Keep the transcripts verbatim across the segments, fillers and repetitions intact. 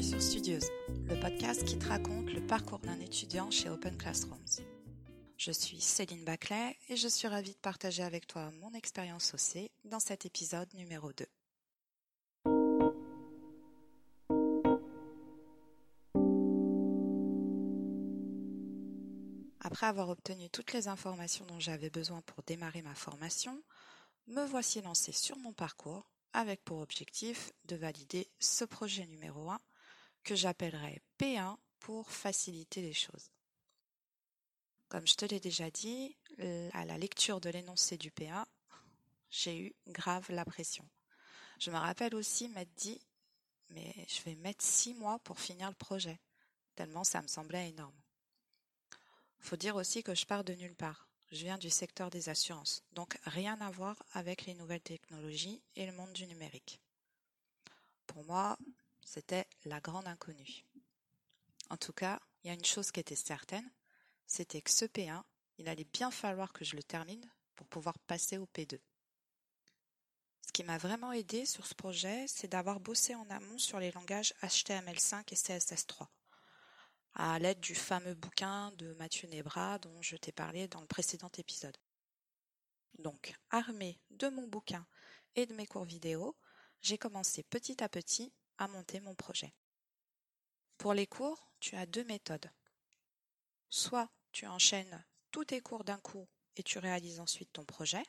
sur Studieuse, le podcast qui te raconte le parcours d'un étudiant chez Open Classrooms. Je suis Céline Baclet et je suis ravie de partager avec toi mon expérience au C dans cet épisode numéro deux. Après avoir obtenu toutes les informations dont j'avais besoin pour démarrer ma formation, me voici lancée sur mon parcours avec pour objectif de valider ce projet numéro un que j'appellerai P un pour faciliter les choses. Comme je te l'ai déjà dit, à la lecture de l'énoncé du P un, j'ai eu grave la pression. Je me rappelle aussi m'être dit, mais je vais mettre six mois pour finir le projet, tellement ça me semblait énorme. Faut dire aussi que je pars de nulle part. Je viens du secteur des assurances, donc rien à voir avec les nouvelles technologies et le monde du numérique. Pour moi, c'était la grande inconnue. En tout cas, il y a une chose qui était certaine, c'était que ce P un, il allait bien falloir que je le termine pour pouvoir passer au P deux. Ce qui m'a vraiment aidé sur ce projet, c'est d'avoir bossé en amont sur les langages H T M L cinq et C S S trois, à l'aide du fameux bouquin de Mathieu Nebra dont je t'ai parlé dans le précédent épisode. Donc, armée de mon bouquin et de mes cours vidéo, j'ai commencé petit à petit à monter mon projet. Pour les cours, tu as deux méthodes. Soit tu enchaînes tous tes cours d'un coup et tu réalises ensuite ton projet,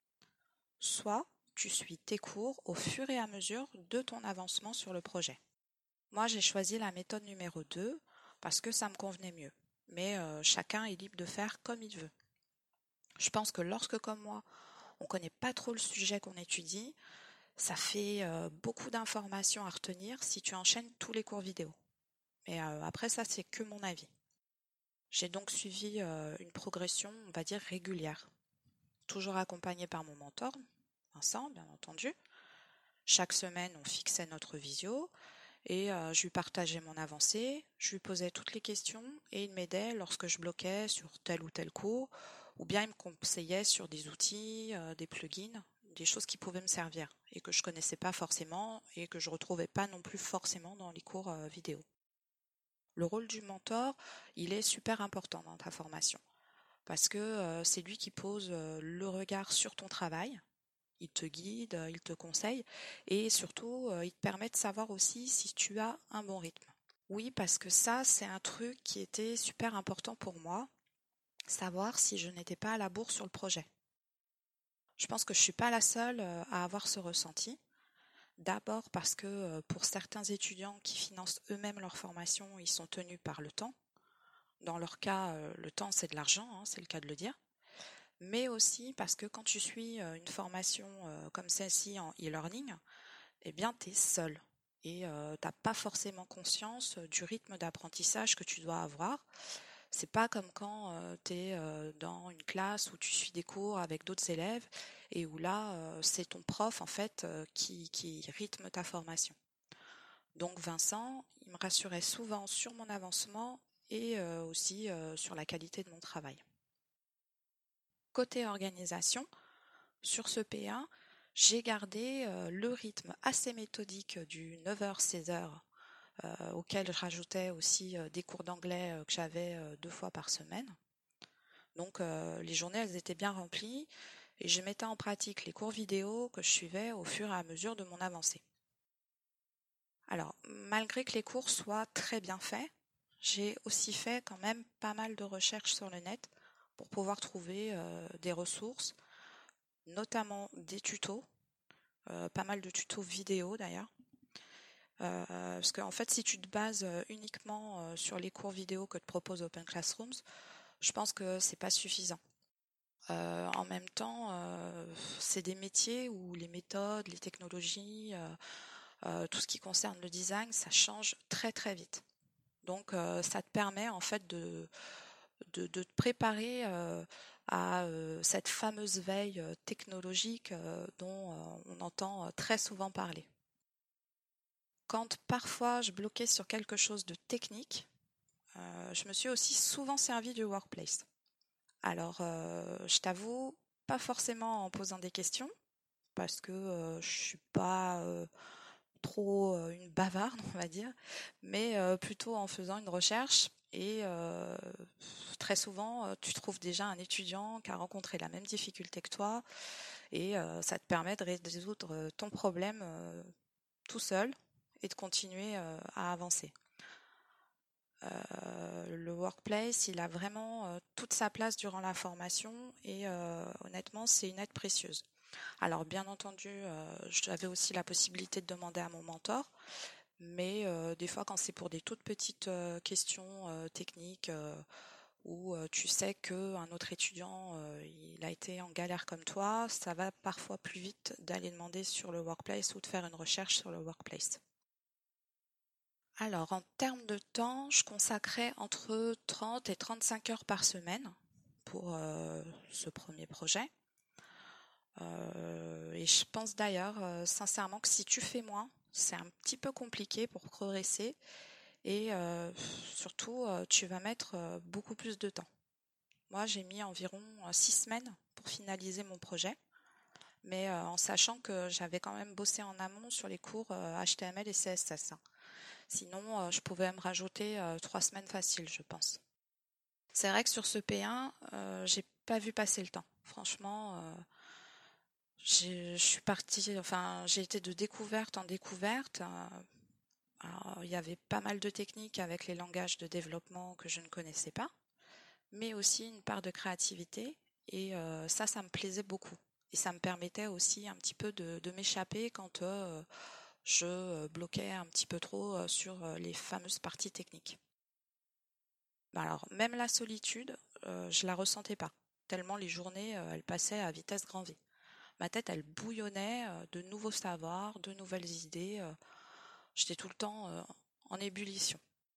soit tu suis tes cours au fur et à mesure de ton avancement sur le projet. Moi, j'ai choisi la méthode numéro deux parce que ça me convenait mieux, mais euh, chacun est libre de faire comme il veut. Je pense que lorsque, comme moi, on ne connaît pas trop le sujet qu'on étudie, ça fait euh, beaucoup d'informations à retenir si tu enchaînes tous les cours vidéo. Mais euh, après ça, c'est que mon avis. J'ai donc suivi euh, une progression, on va dire, régulière. Toujours accompagnée par mon mentor, Vincent, bien entendu. Chaque semaine, on fixait notre visio et euh, je lui partageais mon avancée, je lui posais toutes les questions et il m'aidait lorsque je bloquais sur tel ou tel cours ou bien il me conseillait sur des outils, euh, des plugins, des choses qui pouvaient me servir et que je ne connaissais pas forcément et que je ne retrouvais pas non plus forcément dans les cours euh, vidéo. Le rôle du mentor, il est super important dans ta formation parce que euh, c'est lui qui pose euh, le regard sur ton travail. Il te guide, il te conseille et surtout, il te permet de savoir aussi si tu as un bon rythme. Oui, parce que ça, c'est un truc qui était super important pour moi, savoir si je n'étais pas à la bourre sur le projet. Je pense que je ne suis pas la seule à avoir ce ressenti. D'abord parce que pour certains étudiants qui financent eux-mêmes leur formation, ils sont tenus par le temps. Dans leur cas, le temps, c'est de l'argent, hein, c'est le cas de le dire. Mais aussi parce que quand tu suis une formation comme celle-ci en e-learning, eh bien, tu es seul et euh, tu n'as pas forcément conscience du rythme d'apprentissage que tu dois avoir. C'est pas comme quand euh, tu es euh, dans une classe où tu suis des cours avec d'autres élèves et où là, euh, c'est ton prof en fait euh, qui, qui rythme ta formation. Donc Vincent, il me rassurait souvent sur mon avancement et euh, aussi euh, sur la qualité de mon travail. Côté organisation, sur ce P un, j'ai gardé euh, le rythme assez méthodique du neuf heures seize heures euh, auquel je rajoutais aussi euh, des cours d'anglais euh, que j'avais euh, deux fois par semaine. Donc euh, les journées elles étaient bien remplies et je mettais en pratique les cours vidéo que je suivais au fur et à mesure de mon avancée. Alors malgré que les cours soient très bien faits, j'ai aussi fait quand même pas mal de recherches sur le net pour pouvoir trouver euh, des ressources, notamment des tutos, euh, pas mal de tutos vidéo d'ailleurs. Euh, parce qu'en fait, si tu te bases uniquement euh, sur les cours vidéo que te propose Open Classrooms, je pense que c'est pas suffisant. Euh, en même temps, euh, c'est des métiers où les méthodes, les technologies, euh, euh, tout ce qui concerne le design, ça change très très vite. Donc, euh, ça te permet en fait de de, de te préparer euh, à euh, cette fameuse veille euh, technologique euh, dont euh, on entend euh, très souvent parler. Quand parfois je bloquais sur quelque chose de technique, euh, je me suis aussi souvent servi du workplace. Alors, euh, je t'avoue, pas forcément en posant des questions, parce que euh, je suis pas euh, trop euh, une bavarde, on va dire, mais euh, plutôt en faisant une recherche. Et euh, très souvent, euh, tu trouves déjà un étudiant qui a rencontré la même difficulté que toi, et euh, ça te permet de résoudre ton problème euh, tout seul et de continuer euh, à avancer. Euh, le workplace, il a vraiment euh, toute sa place durant la formation et euh, honnêtement, c'est une aide précieuse. Alors bien entendu, euh, j'avais aussi la possibilité de demander à mon mentor, mais euh, des fois quand c'est pour des toutes petites euh, questions euh, techniques euh, où euh, tu sais qu'un autre étudiant euh, il a été en galère comme toi, ça va parfois plus vite d'aller demander sur le workplace ou de faire une recherche sur le workplace. Alors, en termes de temps, je consacrais entre trente et trente-cinq heures par semaine pour euh, ce premier projet. Euh, et je pense d'ailleurs, euh, sincèrement, que si tu fais moins, c'est un petit peu compliqué pour progresser. Et euh, surtout, euh, tu vas mettre euh, beaucoup plus de temps. Moi, j'ai mis environ euh, six semaines pour finaliser mon projet, mais euh, en sachant que j'avais quand même bossé en amont sur les cours euh, H T M L et C S S. Sinon, euh, je pouvais me rajouter euh, trois semaines faciles, je pense. C'est vrai que sur ce P un, euh, j'ai pas vu passer le temps. Franchement, euh, j'ai, je suis partie, enfin, j'ai été de découverte en découverte. Euh, alors, il y avait pas mal de techniques avec les langages de développement que je ne connaissais pas, mais aussi une part de créativité. Et euh, ça, ça me plaisait beaucoup. Et ça me permettait aussi un petit peu de, de m'échapper quand euh, je bloquais un petit peu trop euh, sur euh, les fameuses parties techniques. Alors, même la solitude, euh, je la ressentais pas, tellement les journées, euh, elles passaient à vitesse grand V. Ma tête, elle bouillonnait euh, de nouveaux savoirs, de nouvelles idées. euh, J'étais tout le temps euh, en ébullition.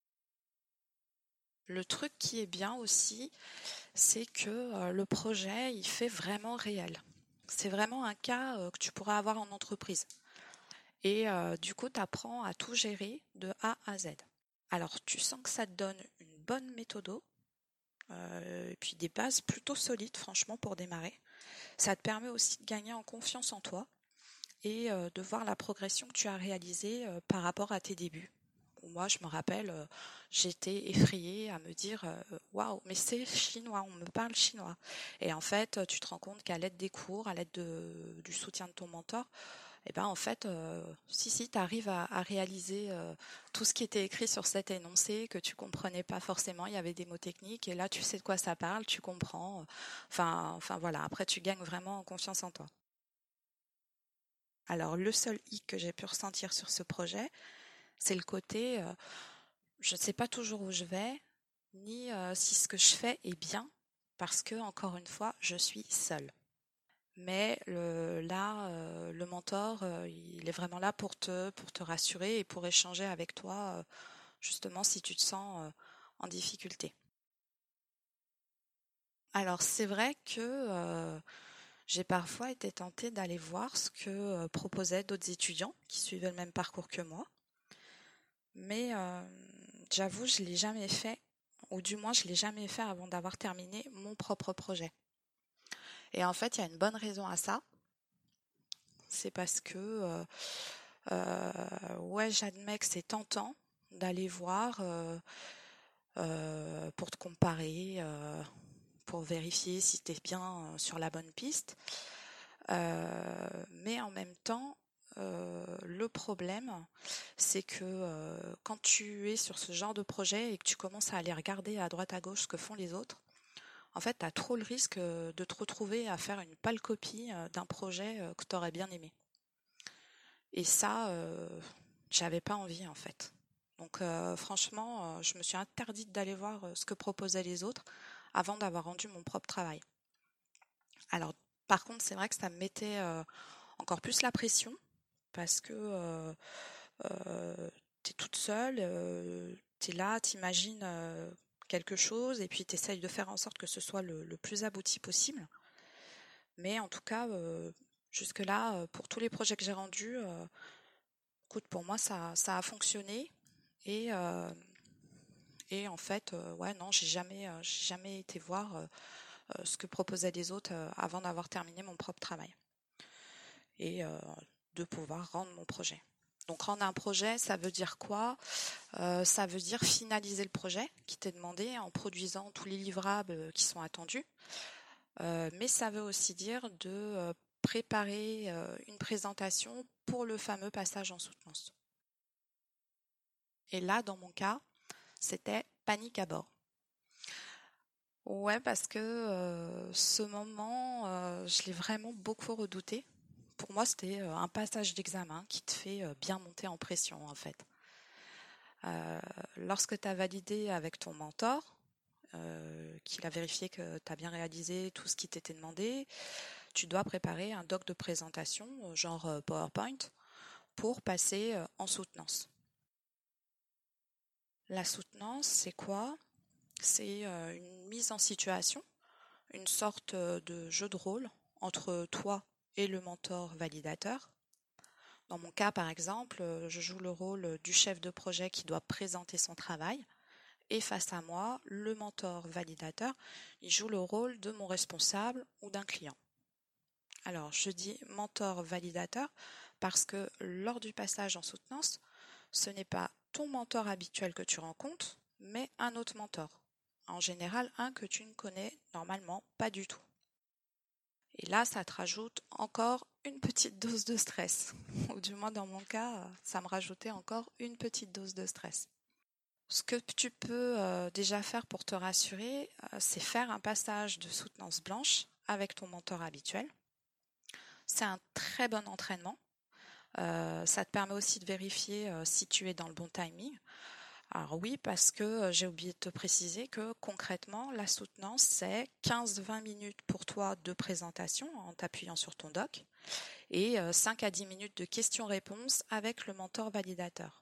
Le truc qui est bien aussi, c'est que euh, le projet, il fait vraiment réel. C'est vraiment un cas euh, que tu pourrais avoir en entreprise. Et euh, du coup, tu apprends à tout gérer de A à Z. Alors, tu sens que ça te donne une bonne méthode, euh, et puis des bases plutôt solides, franchement, pour démarrer. Ça te permet aussi de gagner en confiance en toi et euh, de voir la progression que tu as réalisée euh, par rapport à tes débuts. Moi, je me rappelle, euh, j'étais effrayée à me dire euh, waouh, mais c'est chinois, on me parle chinois. Et en fait, tu te rends compte qu'à l'aide des cours, à l'aide de, du soutien de ton mentor, et ben en fait, euh, si si, tu arrives à, à réaliser euh, tout ce qui était écrit sur cet énoncé que tu comprenais pas forcément. Il y avait des mots techniques et là, tu sais de quoi ça parle, tu comprends. Enfin, enfin voilà. Après, tu gagnes vraiment en confiance en toi. Alors, le seul hic que j'ai pu ressentir sur ce projet, c'est le côté, euh, je ne sais pas toujours où je vais, ni euh, si ce que je fais est bien, parce que encore une fois, je suis seule. Mais le, là, euh, le mentor, euh, il est vraiment là pour te, pour te rassurer et pour échanger avec toi, euh, justement, si tu te sens euh, en difficulté. Alors, c'est vrai que euh, j'ai parfois été tentée d'aller voir ce que euh, proposaient d'autres étudiants qui suivaient le même parcours que moi. Mais euh, j'avoue, je ne l'ai jamais fait, ou du moins, je ne l'ai jamais fait avant d'avoir terminé mon propre projet. Et en fait, il y a une bonne raison à ça. C'est parce que euh, Euh, ouais, j'admets que c'est tentant d'aller voir euh, euh, pour te comparer, euh, pour vérifier si tu es bien euh, sur la bonne piste. Euh, mais en même temps, euh, le problème, c'est que euh, quand tu es sur ce genre de projet et que tu commences à aller regarder à droite à gauche ce que font les autres, en fait, tu as trop le risque euh, de te retrouver à faire une pâle copie euh, d'un projet euh, que tu aurais bien aimé. Et ça, euh, j'avais pas envie en fait. Donc euh, franchement, euh, je me suis interdite d'aller voir euh, ce que proposaient les autres avant d'avoir rendu mon propre travail. Alors par contre, c'est vrai que ça me mettait euh, encore plus la pression parce que euh, euh, t'es toute seule, euh, t'es là, t'imagines euh, quelque chose et puis t'essayes de faire en sorte que ce soit le, le plus abouti possible. Mais en tout cas, euh, jusque-là, euh, pour tous les projets que j'ai rendus, euh, écoute, pour moi, ça, ça a fonctionné. Et, euh, et en fait, euh, ouais, non, j'ai jamais, euh, j'ai jamais été voir euh, euh, ce que proposaient les autres euh, avant d'avoir terminé mon propre travail et euh, de pouvoir rendre mon projet. Donc rendre un projet, ça veut dire quoi ? euh, Ça veut dire finaliser le projet qui t'est demandé en produisant tous les livrables qui sont attendus. Euh, mais ça veut aussi dire de euh, préparer euh, une présentation pour le fameux passage en soutenance. Et là, dans mon cas, c'était panique à bord. Ouais, parce que euh, ce moment, euh, je l'ai vraiment beaucoup redouté. Pour moi, c'était euh, un passage d'examen qui te fait euh, bien monter en pression, en fait. Euh, lorsque tu as validé avec ton mentor, euh, qu'il a vérifié que tu as bien réalisé tout ce qui t'était demandé, tu dois préparer un doc de présentation, genre euh, PowerPoint, pour passer euh, en soutenance. La soutenance, c'est quoi ? C'est euh, une mise en situation, une sorte de jeu de rôle entre toi et le mentor validateur. Dans mon cas, par exemple, je joue le rôle du chef de projet qui doit présenter son travail. Et face à moi, le mentor validateur, il joue le rôle de mon responsable ou d'un client. Alors, je dis mentor validateur parce que lors du passage en soutenance, ce n'est pas ton mentor habituel que tu rencontres, mais un autre mentor. En général, un que tu ne connais normalement pas du tout. Et là, ça te rajoute encore une petite dose de stress. Ou du moins, dans mon cas, ça me rajoutait encore une petite dose de stress. Ce que tu peux euh, déjà faire pour te rassurer, euh, c'est faire un passage de soutenance blanche avec ton mentor habituel. C'est un très bon entraînement. Euh, ça te permet aussi de vérifier euh, si tu es dans le bon timing. Alors oui, parce que euh, j'ai oublié de te préciser que concrètement, la soutenance, c'est quinze à vingt minutes pour toi de présentation en t'appuyant sur ton doc et euh, cinq à dix minutes de questions-réponses avec le mentor validateur.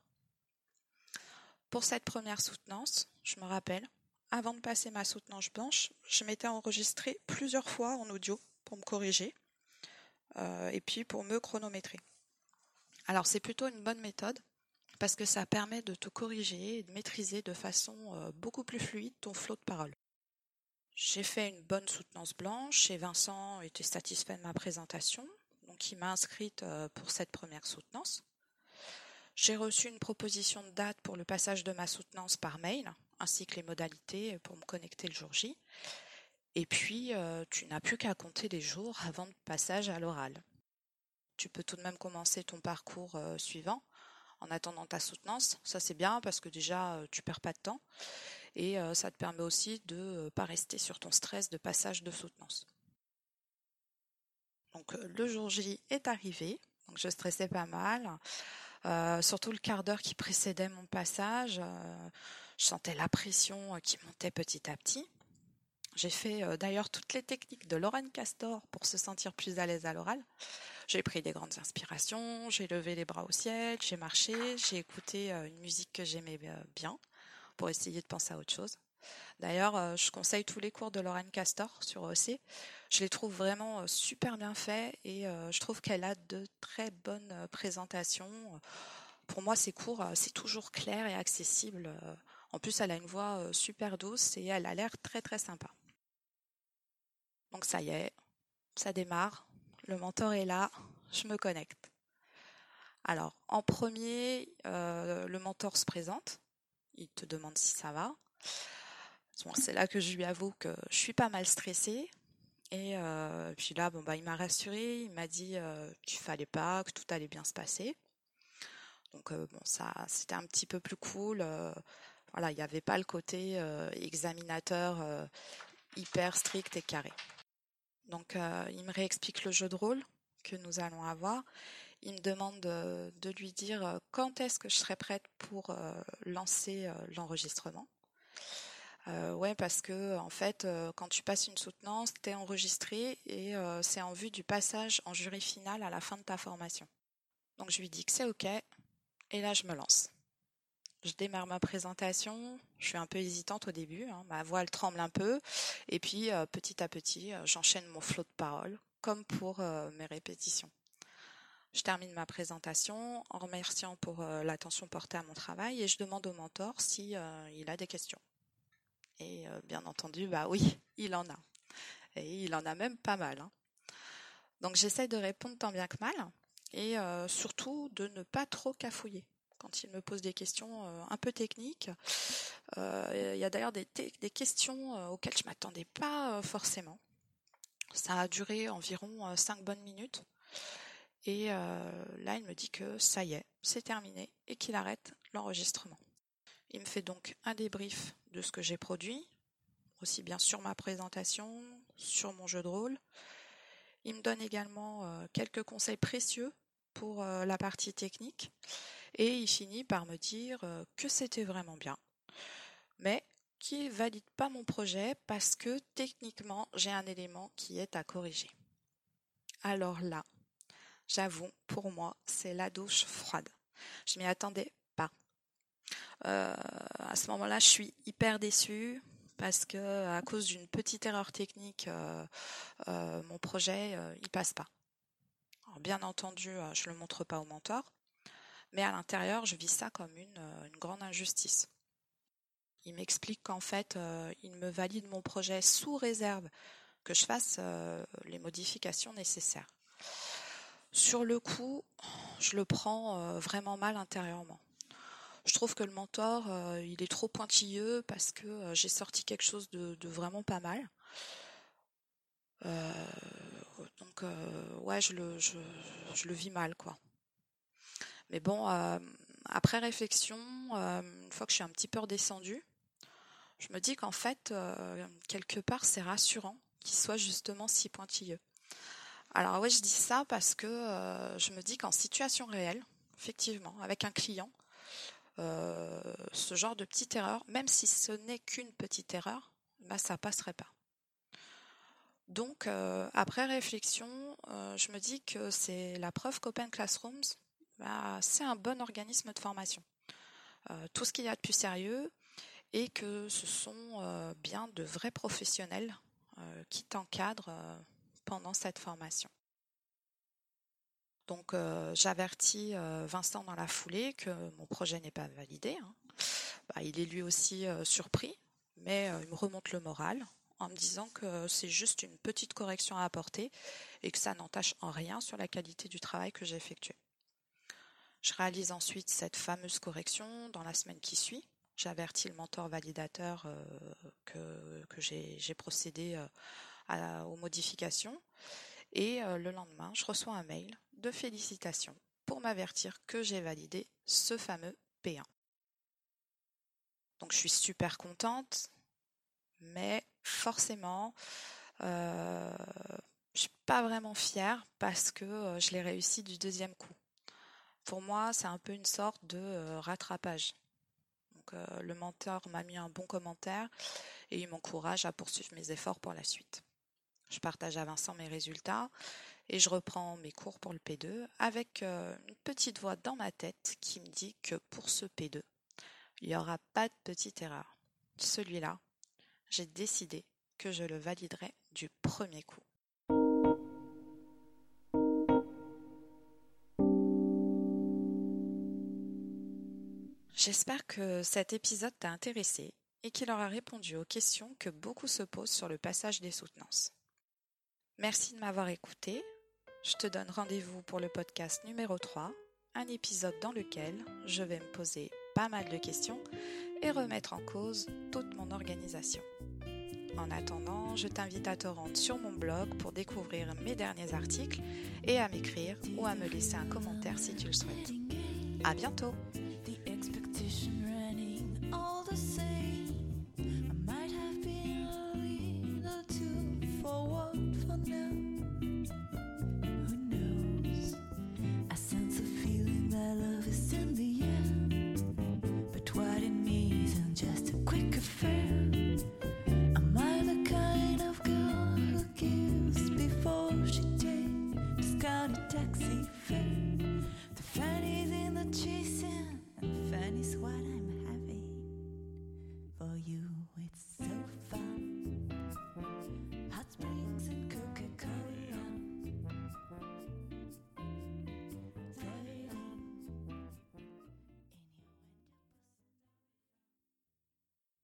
Pour cette première soutenance, je me rappelle, avant de passer ma soutenance blanche, je m'étais enregistrée plusieurs fois en audio pour me corriger euh, et puis pour me chronométrer. Alors c'est plutôt une bonne méthode parce que ça permet de te corriger et de maîtriser de façon euh, beaucoup plus fluide ton flot de parole. J'ai fait une bonne soutenance blanche et Vincent était satisfait de ma présentation, donc il m'a inscrite euh, pour cette première soutenance. J'ai reçu une proposition de date pour le passage de ma soutenance par mail, ainsi que les modalités pour me connecter le jour J. Et puis, euh, tu n'as plus qu'à compter les jours avant le passage à l'oral. Tu peux tout de même commencer ton parcours euh, suivant en attendant ta soutenance. Ça, c'est bien parce que déjà, euh, tu perds pas de temps. Et euh, ça te permet aussi de ne euh, pas rester sur ton stress de passage de soutenance. Donc, euh, le jour J est arrivé. Donc, je stressais pas mal. Euh, surtout le quart d'heure qui précédait mon passage, euh, je sentais la pression qui montait petit à petit. J'ai fait euh, d'ailleurs toutes les techniques de Lauren Castor pour se sentir plus à l'aise à l'oral. J'ai pris des grandes inspirations, j'ai levé les bras au ciel, j'ai marché, j'ai écouté euh, une musique que j'aimais bien pour essayer de penser à autre chose. D'ailleurs, euh, je conseille tous les cours de Lauren Castor sur O E C. Je les trouve vraiment euh, super bien faits et euh, je trouve qu'elle a de très bonnes euh, présentations. Pour moi, ses cours, euh, c'est toujours clair et accessible. Euh, en plus, elle a une voix euh, super douce et elle a l'air très très sympa. Donc ça y est, ça démarre. Le mentor est là, je me connecte. Alors, en premier, euh, le mentor se présente. Il te demande si ça va. Bon, c'est là que je lui avoue que je suis pas mal stressée. Et euh, puis là, bon, bah, il m'a rassurée. Il m'a dit euh, qu'il fallait pas, que tout allait bien se passer. Donc euh, bon, ça, c'était un petit peu plus cool. Euh, voilà, il n'y avait pas le côté euh, examinateur euh, hyper strict et carré. Donc euh, il me réexplique le jeu de rôle que nous allons avoir. Il me demande de, de lui dire quand est-ce que je serai prête pour euh, lancer euh, l'enregistrement. Euh, ouais, parce que en fait, euh, quand tu passes une soutenance, tu es enregistré et euh, c'est en vue du passage en jury final à la fin de ta formation. Donc je lui dis que c'est OK et là je me lance. Je démarre ma présentation, je suis un peu hésitante au début, hein, ma voix elle tremble un peu et puis euh, petit à petit, euh, j'enchaîne mon flot de parole comme pour euh, mes répétitions. Je termine ma présentation en remerciant pour euh, l'attention portée à mon travail et je demande au mentor si euh, il a des questions. Et euh, bien entendu, bah oui, il en a. Et il en a même pas mal. Hein. Donc j'essaie de répondre tant bien que mal. et euh, surtout de ne pas trop cafouiller quand il me pose des questions euh, un peu techniques. Euh, il y a d'ailleurs des, des questions euh, auxquelles je ne m'attendais pas euh, forcément. Ça a duré environ euh, cinq bonnes minutes. Et euh, là, il me dit que ça y est, c'est terminé et qu'il arrête l'enregistrement. Il me fait donc un débrief de ce que j'ai produit, aussi bien sur ma présentation, sur mon jeu de rôle. Il me donne également euh, quelques conseils précieux pour euh, la partie technique et il finit par me dire euh, que c'était vraiment bien, mais qu'il ne valide pas mon projet parce que techniquement, j'ai un élément qui est à corriger. Alors là, j'avoue, pour moi, c'est la douche froide. Je m'y attendais pas. Euh, à ce moment-là, je suis hyper déçue parce que à cause d'une petite erreur technique, euh, euh, mon projet, euh, il passe pas. Alors, bien entendu, euh, je le montre pas au mentor, mais à l'intérieur, je vis ça comme une, euh, une grande injustice. Il m'explique qu'en fait, euh, il me valide mon projet sous réserve que je fasse euh, les modifications nécessaires. Sur le coup, je le prends euh, vraiment mal intérieurement. Je trouve que le mentor, euh, il est trop pointilleux parce que euh, j'ai sorti quelque chose de, de vraiment pas mal. Euh, donc, euh, ouais, je le, je, je le vis mal, quoi. Mais bon, euh, après réflexion, euh, une fois que je suis un petit peu redescendue, je me dis qu'en fait, euh, quelque part, c'est rassurant qu'il soit justement si pointilleux. Alors ouais, je dis ça parce que euh, je me dis qu'en situation réelle, effectivement, avec un client, euh, ce genre de petite erreur, même si ce n'est qu'une petite erreur, bah, ça passerait pas. Donc, euh, après réflexion, euh, je me dis que c'est la preuve qu'Open Classrooms, bah, c'est un bon organisme de formation. Euh, tout ce qu'il y a de plus sérieux et que ce sont euh, bien de vrais professionnels euh, qui t'encadrent euh, pendant cette formation. Donc euh, j'avertis euh, Vincent dans la foulée que mon projet n'est pas validé. Hein. Bah, il est lui aussi euh, surpris, mais euh, il me remonte le moral en me disant que c'est juste une petite correction à apporter et que ça n'entache en rien sur la qualité du travail que j'ai effectué. Je réalise ensuite cette fameuse correction dans la semaine qui suit. J'avertis le mentor validateur euh, que, que j'ai, j'ai procédé euh, à, aux modifications. Et euh, le lendemain, je reçois un mail de félicitations pour m'avertir que j'ai validé ce fameux P un. Donc je suis super contente, mais forcément, euh, je suis pas vraiment fière parce que euh, je l'ai réussi du deuxième coup. Pour moi, c'est un peu une sorte de euh, rattrapage. Donc euh, le mentor m'a mis un bon commentaire et il m'encourage à poursuivre mes efforts pour la suite. Je partage à Vincent mes résultats et je reprends mes cours pour le P deux avec euh, une petite voix dans ma tête qui me dit que pour ce P deux, il n'y aura pas de petite erreur. Celui-là, j'ai décidé que je le validerai du premier coup. J'espère que cet épisode t'a intéressé et qu'il aura répondu aux questions que beaucoup se posent sur le passage des soutenances. Merci de m'avoir écouté. Je te donne rendez-vous pour le podcast numéro trois, un épisode dans lequel je vais me poser pas mal de questions et remettre en cause toute mon organisation. En attendant, je t'invite à te rendre sur mon blog pour découvrir mes derniers articles et à m'écrire ou à me laisser un commentaire si tu le souhaites. À bientôt!